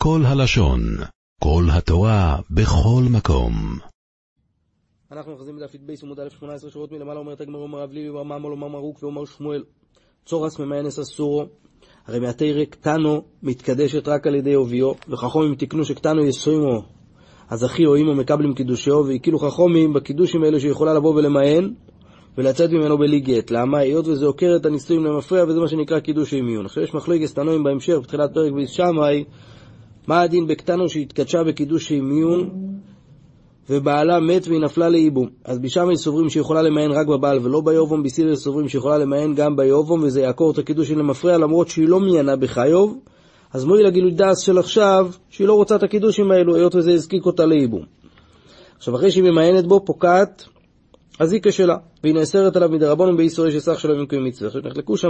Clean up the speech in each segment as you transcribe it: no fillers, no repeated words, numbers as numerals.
כל הלשון, כל התורה, בכל מקום. אנחנו מחזים בדף בייס עמוד 18 שורות מלמעלה. אומרת הגמרא, אומר רב ליבי, אומר מאמר, אומר מרוק, ואומר שמואל, צורס ממיינס אסורו. הרי מהתרא קטנו מתקדשת רק על ידי אוביו, וחכמים תקנו שקטנו יסוימו, אז אחי או אימו מקבלים קידושו, והקילו חכמים בקידושים האלה שיכולה לבוא ולמען ולצאת ממנו בלי גט. למה? היות וזה עוקר את הנישואים למפרע, וזה מה שנקרא קידוש עמיון. עכשיו יש מחלוקת תנועים בהמשך בתחילת פרק בייס שמאי, מה הדין בקטנו שהתקדשה בקידוש עמיון ובעלה מת והיא נפלה לאיבום. אז בשמאי סוברים שיכולה למען רק בבעל ולא ביובום, בסידר סוברים שיכולה למען גם ביובום, וזה יעקור את הקידושים למפרע למרות שהיא לא מיינה בחיוב. אז מועיל הגילוי דעת של עכשיו שהיא לא רוצה את הקידושים האלו, היות וזה הזקיק אותה לאיבום. עכשיו אחרי שהיא ממיינת בו פוקעת הזיקה שלה, והיא נאסרת עליו מדרבנן באיסורי שסך שלו במקום מצווה. עכשיו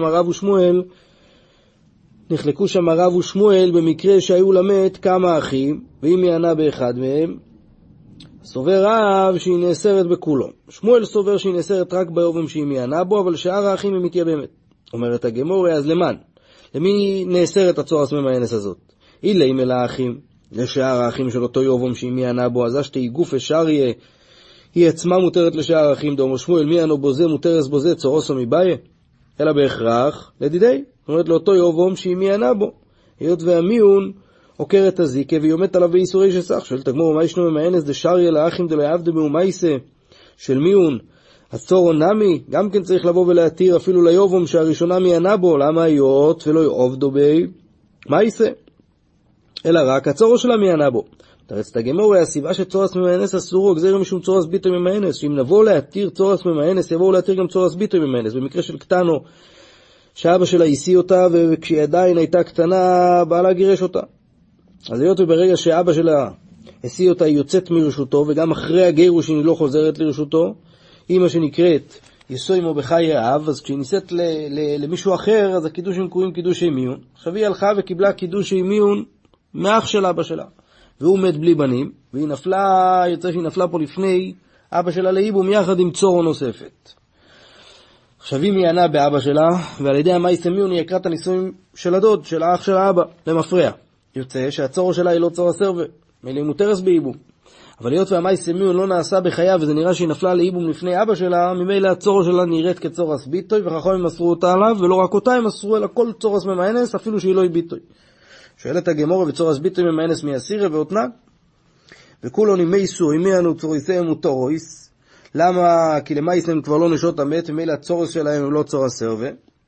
נחלקו שם הרב ושמואל במקרה שהיו למת כמה אחים, ואם מיינה באחד מהם, סובר רב שהיא נאסרת בכולו. שמואל סובר שהיא נאסרת רק ביובם שהיא מיינה בו, אבל שאר האחים היא מתייבמת. אומרת הגמרא, אז למי נאסרת הצורס ממיינס הזאת? אילה אם אלה האחים, לשאר האחים של אותו יובם שהיא מיינה בו, אז אשתי גוף אשריה, היא עצמה מותרת לשאר האחים. דאמר שמואל, מיינו בוזה מותרס בוזה צורסו מבעיה, אלא בהכרח לדידי. זאת אומרת לאותו יובם שהיא מיינה בו, היות והמיון עוקר את הזיקה והיא עומדת עליו באיסורי שסך. שואלת הגמרא, מה ישנו ממיינס דשריה לאחים דלא יעבדו במאיסה של מיון, אז צורו נמי גם כן צריך לבוא ולהתיר אפילו ליובם שהראשונה מיינה בו. למה? היות ולא יעבדו במאיסה, אלא רק הצורו שלה מיינה בו. תרצת הגמרא, הסיבה שצורס ממיינס אסורו גזיר משום צורס ביטוי ממיינס, שאם נבוא להתיר צורס ממיינס יבואו להתיר גם צורס ביטוי ממיינס. במקרה של קטנו שאבא שלה השיא אותה, וכשהיא עדיין הייתה קטנה בעלה גירש אותה, אז היות וברגע שאבא שלה השיא אותה היא יוצאת מרשותו, וגם אחרי הגירוש היא לא חוזרת לרשותו, אמא שנקראת יסוימו בחיי האב, אז כשהיא ניסית למישהו אחר, אז הקידושים קוראים קידושי מיון. עכשיו היא הלכה וקיבלה קידושי מיון מאח של אבא שלה, והוא מת בלי בנים, והיא נפלה, יוצא שהיא נפלה פה לפני אבא שלה לאיבום יחד עם צורו נוספת. עכשיו היא מיינה באבא שלה, ועל ידי המאיסה מיון היא יקרה את הנישואים של הדוד, של האח של האבא, למפרע. יוצא שהצורו שלה היא לא צור הסרווה, מלא מותרס באיבום. אבל היות והמאיסה מיון לא נעשה בחיה, וזה נראה שהיא נפלה לאיבום לפני אבא שלה, ממילא הצורו שלה נראית כצורס ביטוי, וחכמים מסרו אותה עליו, ולא רק אותה הם מסרו אלא כל צורס ממיינס, אפילו שהיא לא היא ביטוי. שואלת הגמרא, וצורס ביטוי ממיינס מהסירה ואותנה? וכולו נימי סורי מיאנו צוריסם וטורויס. למה? כי למאיסם כבר לא נשות המת, ומילא הצורס שלהם הם לא צורס סרווה.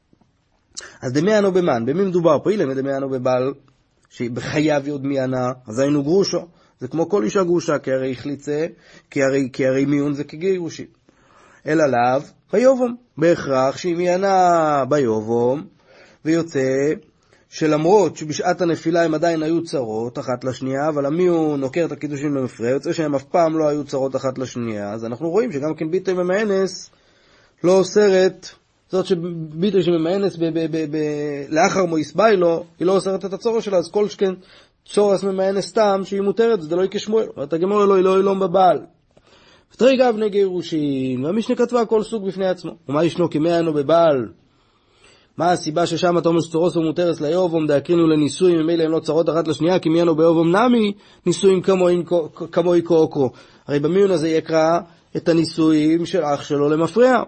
אז דמיינו במן, במי מדובר פה? אילם דמיינו בבעל שבחייו עוד מיינה, אז היינו גרושו. זה כמו כל אישה גרושה, כי הרי החליצה, כי הרי מיון זה כגירושים. אלא לאו, ביובום. בהכרח שהיא מיינה ביובום, ויוצא שלמרות שבשעת הנפילה הם עדיין היו צרות אחת לשנייה, אבל המיון נוקר את הקידושים למפרע, יוצא שהם אף פעם לא היו צרות אחת לשנייה. אז אנחנו רואים שגם כן ביטוי ממיינס לא אוסרת, זאת שביטוי שממיינס לאחר מויס ביילו, היא לא אוסרת את הצורה שלה, אז כל שכן צורס ממיינס סתם שהיא מותרת, זה לא יקה שמואל. ואתה גמור אלוהי לא אילום בבעל. ותריגה אבני גירושין, והמשנה כתבה כל סוג בפני עצמו. ומה ישנו כמיינו בבעל? מה הסיבה ששם אתה אומר שצורס ומותרס ליובום, דאקרינו לניסויים, ממילא הם לא צרות אחת לשנייה, כי מיינו ביובום נמי, ניסויים כמוי קוקרו. הרי במיון הזה יקרא את הניסויים של אח שלו למפרע.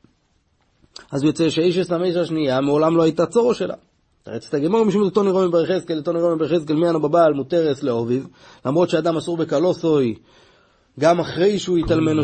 אז יוצא שאיש אסלאמי השנייה מעולם לא הייתה צורו שלה. תרצת הגמרא, משום דתון ירומי בר יחזקאל, דתון ירומי בר יחזקאל מיינו בבעל מותרס לאוביב, למרות שאדם אסור בקלוסוי, גם אחרי שהוא יתלמן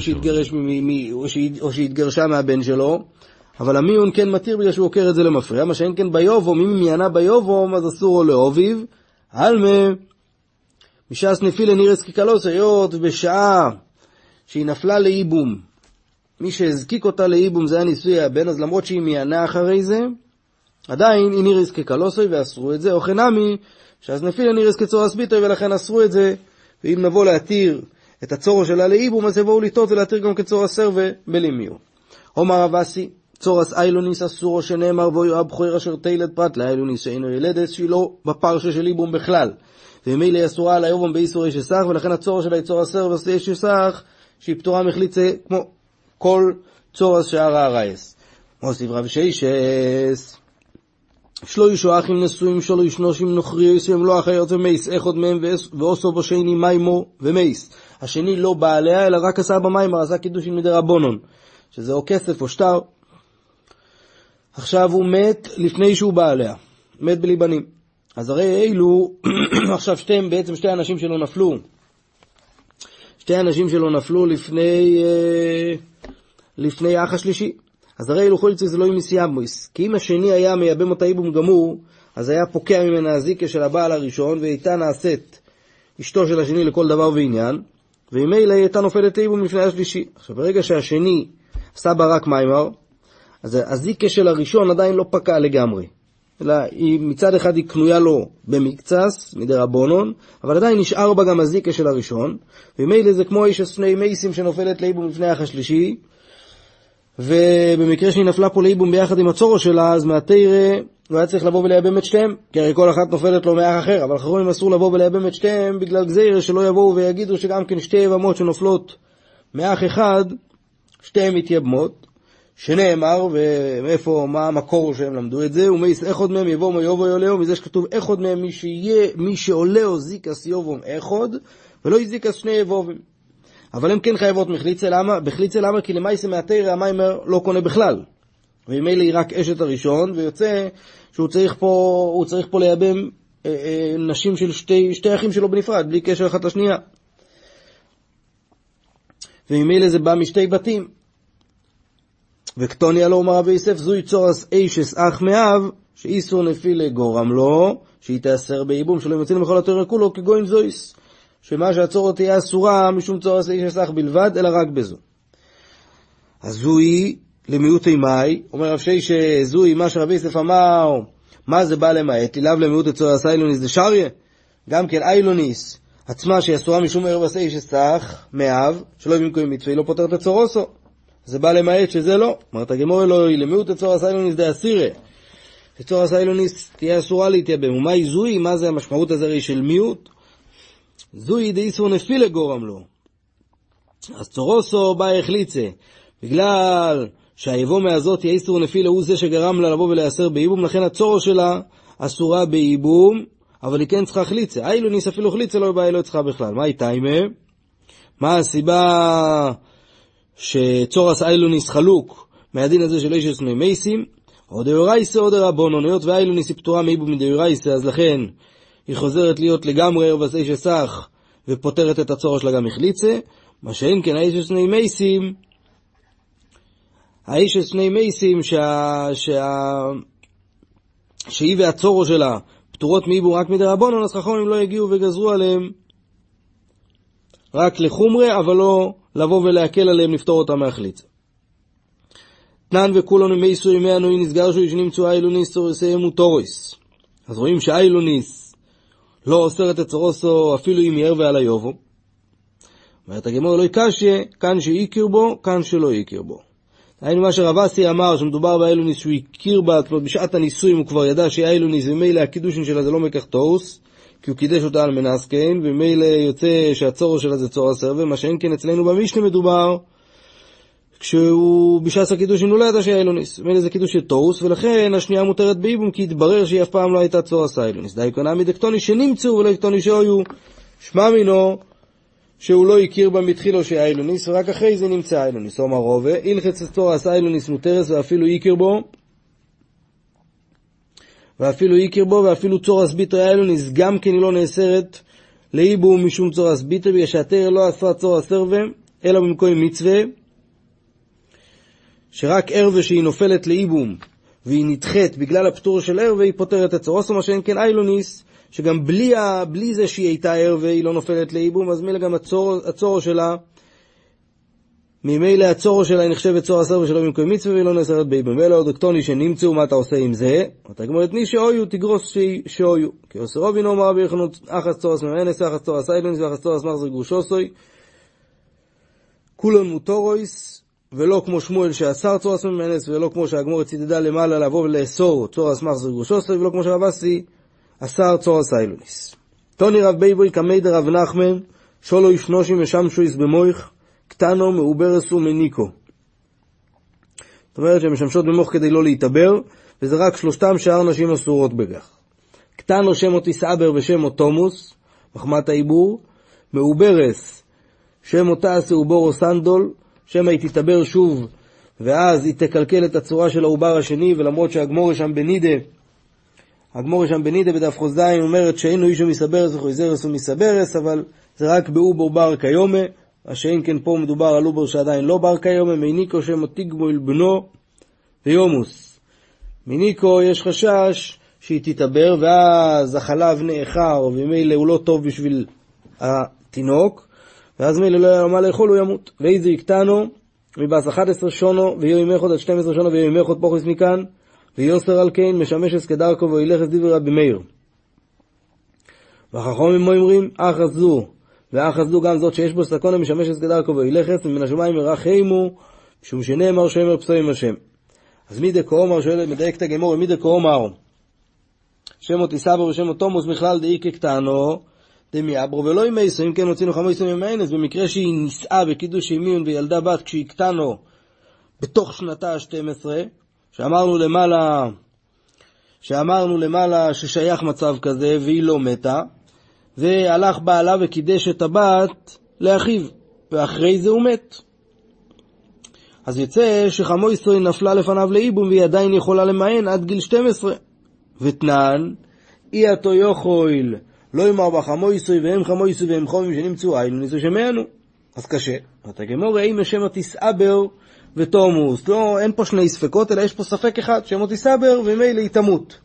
או שהתגרשה מהבן שלו, אבל המיון כן מתיר בגלל שהוא עוקר את זה למפרע. מה שאין כן ביובום, אם היא מיינה ביובום, אז אסור לו לאוביב. הלמה, משעה סנפילה נירס כקלוס, היות בשעה שהיא נפלה לאיבום, מי שהזקיק אותה לאיבום זה היה ניסוי הבן, אז למרות שהיא מיינה אחרי זה, עדיין היא נירס כקלוסוי ואסרו את זה, או חנמי, שאז נפילה נירס כצורס ביטוי ולכן אסרו את זה. ואם נבוא להתיר את הצורו שלה לאיבום, אז יבואו לטעות ולהתיר גם כצורס סרווה בלימיו. אומר רבסי, צורס איילוניס אסורו שנאמר בו הבחור אשר תילד פרט לאיילוניס שאינו ילדת, שהיא לא בפרשה של איבום בכלל, ומילא היא אסורה על היובום באיסורי שסך, ולכן הצורו שלה היא צורס סרווה שסך, שהיא פטורה מחליצה כמו כל צורס שער הרייס. מוסיף רב שיישס, שלוש אחים נשואים, שלוש נושים נוכריוס, והם לא אחיות ומייס, אחד מהם ועושו בשני מיימו ומייס. השני לא בעליה, אלא רק עשה במיימר, עשה קידושין מדרבנן, שזה או כסף או שטר. עכשיו הוא מת לפני שהוא בעליה, מת בלי בנים. אז הרי אילו, עכשיו בעצם שתי אנשים שלו נפלו, לפני האח השלישי. אז הרי אילו חולצו זה לא עם מסיימויס, כי אם השני היה מייבם אותה איבום גמור, אז היה פוקע ממנה הזיקה של הבעל הראשון, והייתה נעשית אשתו של השני לכל דבר ועניין, וממילא הייתה נופלת איבום לפני השלישי. עכשיו ברגע שהשני עשה בה רק מיימר, אז הזיקה של הראשון עדיין לא פקע לגמרי, אלא מצד אחד היא קנויה לו במקצס, מדרבנן, אבל עדיין נשאר בה גם הזיקה של הראשון, וממילא זה כמו איש שני מייסים שנופלת לאיבום לפני האח השלישי, ובמקרה שהיא נפלה פה לאיבום ביחד עם הצורו שלה, אז מהתירה הוא היה צריך לבוא ולייבם את שתיהם, כי הרי כל אחת נופלת לו מאח אחר, אבל אחרונים אסור לבוא ולייבם את שתיהם, בגלל גזירה שלא יבואו ויגידו שגם כן שתי יבמות שנופלות מאח אחד, שתיהם מתייבמות, שנאמר, ומאיפה, מה המקור שהם למדו את זה, ומייס אחד מהם יבום או יובו יולאו, מזה שכתוב אחד מהם מי שעולאו זיקס יובום אחד, ולא יזיקס שני יבובים. אבל הם כן חייבות מחליצה, למה? בחליצה למה? כי למעשה מהתירה המיימר לא קונה בכלל. וממילא היא רק אשת הראשון, ויוצא שהוא צריך פה לייבם נשים של שתי אחים שלו בנפרד, בלי קשר אחת לשנייה. וממילא זה בא משתי בתים. וקטוניה לא אומר רבי יוסף, זוי צורס אישס אח מאב, שאיסור נפילה גורם לו, שהיא תאסר בייבום, שלא ימצאנו בכל התורה כולו כגוין זויס. שמה שהצורת תהיה אסורה משום צורס אישס אח בלבד, אלא רק בזו. אז זוי למיעוטי מאי, אומר רב שי שזוי מה שרבי יוסף אמר, מה זה בא למעט? לאו למיעוט צורס איילוניס דשריה, גם כן איילוניס, עצמה שהיא אסורה משום ערבס אישס אח מאב, שלא במקום מצווה, לא פותרת את צורוסו. זה בא למעט שזה לא. אומרת הגמור אלוהי, למיעוט צורס איילוניס דה אסירה. שצורס איילוניס תהיה אסורה להתייבם. ומאי זוי, מה זה המשמעות הזה של מיעוט? זוי דה איסור נפילה גורם לו. אז צורוסו בא החליצה. בגלל שהיבום מהזאת תהיה איסור נפילה, הוא זה שגרם לה לבוא ולאסר בייבום, לכן הצורו שלה אסורה בייבום, אבל היא כן צריכה החליצה. איילוניס אפילו החליצה לא באה, לא צריכה בכלל. מה איתה אימה? מה הסיבה שצורס איילוניס חלוק מהדין הזה של איש שני מייסים? או דאורייסה או דרבנן, היות ואיילוניס היא פטורה מייבום מדאורייסה, אז לכן היא חוזרת להיות לגמרי ערבס איש סך ופותרת את הצורו שלה גם החליצה. מה שאין כן האיש שני מייסים, האיש שני מייסים שהיא והצורו שלה פטורות מייבום רק מדרבנן, אז חכמים לא יגיעו וגזרו עליהם רק לחומרה, אבל לא לבוא ולהקל עליהם לפתור אותם מהחליצה. תנן וכולנו מייסו ימי הנוי נסגר שנמצאו איילוניס צורסיהם וטוריס. אז רואים שאיילוניס לא אוסר את צורסו אפילו אם יער ועל היובו. אומרת הגמור לא יקשיה, כאן שיכיר בו, כאן שלא יכיר בו. היינו מה שרבסי אמר שמדובר באיילוניס שהוא הכיר בה, בשעת הניסויים הוא כבר ידע שאיילוניס ומילא הקידושין שלה זה לא מקח תאוס, כי הוא קידש אותה על מנסקין, ומילא יוצא שהצורו שלה זה צור הסר, ומה שאין כן אצלנו במשנה מדובר, כשהוא בשעת הקידושין הוא לא ידע שהאיילוניס, ומילא זה קידוש של תאוס, ולכן השנייה מותרת בייבום, כי התברר שהיא אף פעם לא הייתה צור הסאיילוניס. די קונה מדקטוני שנמצאו ולא דקטוני שהיו, שמע מינו שהוא לא הכיר בה מתחילו שהאיילוניס, ורק אחרי זה נמצא האיילוניס. אומר רובה, הלחץ צור הסאיילוניס מותרס ואפילו יכיר בו, ואפילו צורס ביטר איילוניס גם כן היא לא נאסרת לאיבום משום צורס ביטר, בגלל שהתר לא עשה צורס ערווה, אלא במקום מצווה, שרק ערווה שהיא נופלת לאיבום, והיא נדחת בגלל הפטור של ערווה, היא פותרת את צורס, או מה שאין כן איילוניס, שגם בלי זה שהיא הייתה ערווה, היא לא נופלת לאיבום, אז מילא גם הצורו שלה, ממילא הצורו שלה היא נחשבת צור הסר ושלא במקום מצווה והיא לא נאסרת באיבום. ואלה עוד דקטוני שנמצאו, מה אתה עושה עם זה? אתה גמרת ני שאויו, תגרוס שאויו. כי עושה רובין אומר רבי יחנון, אחס צורס ממאנס, אחס צורס איילוניס, ואחס צורס מחזר גרושוסוי. כולון מוטורויס, ולא כמו שמואל שאסר צורס ממאנס, ולא כמו שהגמורת צידדה למעלה לבוא ולאסור צורס מחזר גרושוסוי, ולא כמו שהרבסי אסר צורס איילוניס. תוני רב בייבוי כמי דרב נחמן, שולו ישנושים ושמשויס במויך, קטנו מעוברס ומניקו. זאת אומרת שהן משמשות במוח כדי לא להתאבר, וזה רק שלושתם שאר נשים אסורות בכך. קטנו שמות איסאבר ושמות תומוס, מחמת העיבור, מעוברס, שמות תעש עובור או סנדול, שמה היא תתעבר שוב, ואז היא תקלקל את הצורה של העובר השני, ולמרות שהגמור שם בנידה בדף חוזדיים אומרת שאינו אישו מסברס וחויזרס ומסברס, אבל זה רק בעובר בר קיומה, השאין כן פה מדובר על עובר שעדיין לא בר קיומה, מיניקו שמות תגמו אל בנו ויומוס. מיניקו יש חשש שהיא תתעבר, ואז החלב נאחר, ומילא הוא לא טוב בשביל התינוק, ואז מילא לא היה מה לאכול, הוא ימות. ואיזו יקטנו, מבאס 11 שונו, ויהיו ימי חוד עד 12 שונו, ויהיו ימי חוד פוחס מכאן, ויוסר על כן, משמשס כדרכו, וילך את דיבר רבי מאיר. והחכמים אומרים, אחת זו, ואחת זו גם זאת שיש בו סקונה, משמשס כדרכו, וילך, ומן השמיים ירחמו, משום שנאמר שאמר פסוים השם. אז מי דקו אומר, שואל, מדייק את הגמור, מי דקו אומר, שמות איסאבר ושמות תומוס בכלל דאי כקטנו, דמי אברו ולא ימייסו, אם כן מוצינו חמייסו ממאנס, במקרה שהיא נישאה בקידוש ימין וילדה בת כשהיא קטנו בתוך שנתה ה-12, שאמרנו למעלה ששייך מצב כזה והיא לא מתה, והלך בעלה וקידש את הבת לאחיו, ואחרי זה הוא מת. אז יצא שחמייסו נפלה לפניו לאיבום והיא עדיין יכולה למען עד גיל 12. ותנן, אי אתו יוכויל, לא יאמר בחמויסוי והם חמויסוי והם חומים שנמצאו אילו ניסו שמענו. אז קשה. אתה גמור, האם שמות איסאבר ותומוס. לא, אין פה שני ספקות, אלא יש פה ספק אחד, שמות איסאבר ומילא היא תמות.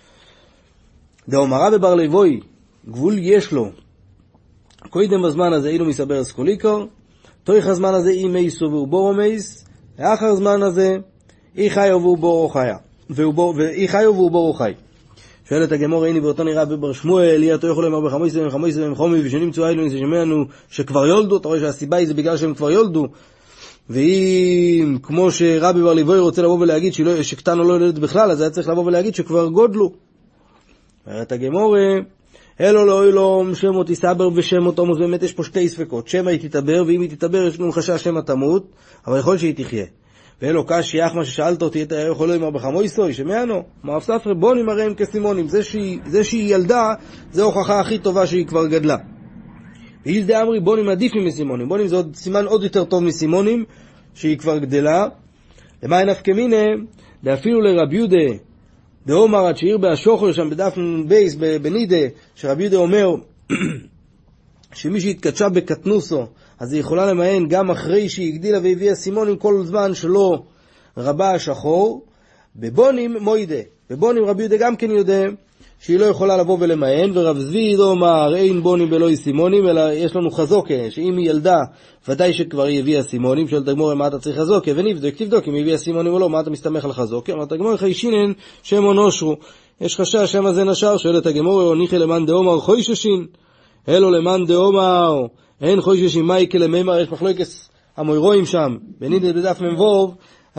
דאמרה בבר לבוי, גבול יש לו. קודם בזמן הזה אילו מסבר אסקוליקור, תויך הזמן הזה אי מייסו ואובורו מייס, לאחר הזמן הזה אי חיו ואובורו חיה. ואי חיו ואובורו חי. שואלת הגמור, הנה ואותו נראה בבר שמואל, יהיה אתה יכול לומר בחמייסו והם חומי ושנמצאו אילו ניסו שמענו שכבר יולדו, אתה רואה שהסיבה היא זה בגלל שהם כבר יולדו, ואם כמו שרבי בר לבוי רוצה לבוא ולהגיד שקטנו לא יולדת בכלל, אז היה צריך לבוא ולהגיד שכבר גודלו. אומרת הגמור, אלו לא אילום שמות איסאבר ושמות תומוס, באמת יש פה שתי ספקות, שמה היא תתעבר, ואם היא תתעבר יש לנו חשש שמה תמות, אבל יכול שהיא תחיה. ואלו קש יחמה ששאלת אותי, אתה יכול לומר בחמויסוי, שמענו, מאף ספרי בונים הרי הם כסימונים, זה שהיא ילדה, זה הוכחה הכי טובה שהיא כבר גדלה. וילדה אמרי בונים עדיפים מסימונים, בונים זה עוד סימן עוד יותר טוב מסימונים, שהיא כבר גדלה. למה נפקא מינה, ואפילו לרבי יהודה, דאמר עד שעיר בהשוחר שם בדף בייס בנידה, שרבי יהודה אומר, שמי שהתקדשה בקטנוסו, אז היא יכולה למען גם אחרי שהיא הגדילה והביאה סימונים כל זמן שלא רבה השחור. בבונים מוידה, בבונים רבי יהודה גם כן יודע שהיא לא יכולה לבוא ולמען, ורב זבי דאמר אין בונים בלוי סימונים, אלא יש לנו חזוקה, שאם היא ילדה ודאי שכבר היא הביאה סימונים. שואלת הגמור, מה אתה צריך חזוקה? ונבדוק, תבדוק אם היא הביאה סימונים או לא, מה אתה מסתמך על חזוקה? אמרת הגמור, חיישינן שמו נושרו, יש חשש שמה זה נשר. שואלת הגמור, אוניחי למאן דאמר חויששין, אלו למאן דאמר אין חויששין מייקה לממר. יש מחלוקת המוירואים שם בנידה בדף מבוב,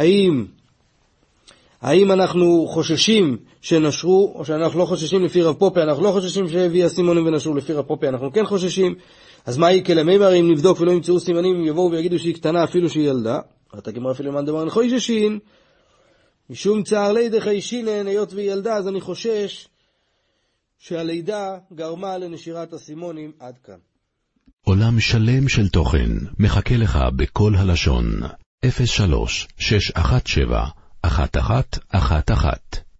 האם אנחנו חוששים שנשרו, או שאנחנו לא חוששים לפי רב פופי? אנחנו לא חוששים שהביאה סימונים ונשרו. לפי רב פופי אנחנו כן חוששים. אז מה יקרה לממר אם נבדוק ולא ימצאו סימנים, יבואו ויגידו שהיא קטנה אפילו שהיא ילדה? אתה גמר אפילו למאן דאמר חויששין, משום צער לידה חיישינן, היות והיא ילדה, אז אני חושש שהלידה גרמה לנשירת הסימונים. עד כאן. עולם שלם של תוכן מחכה לך בכל הלשון. 03-617-1111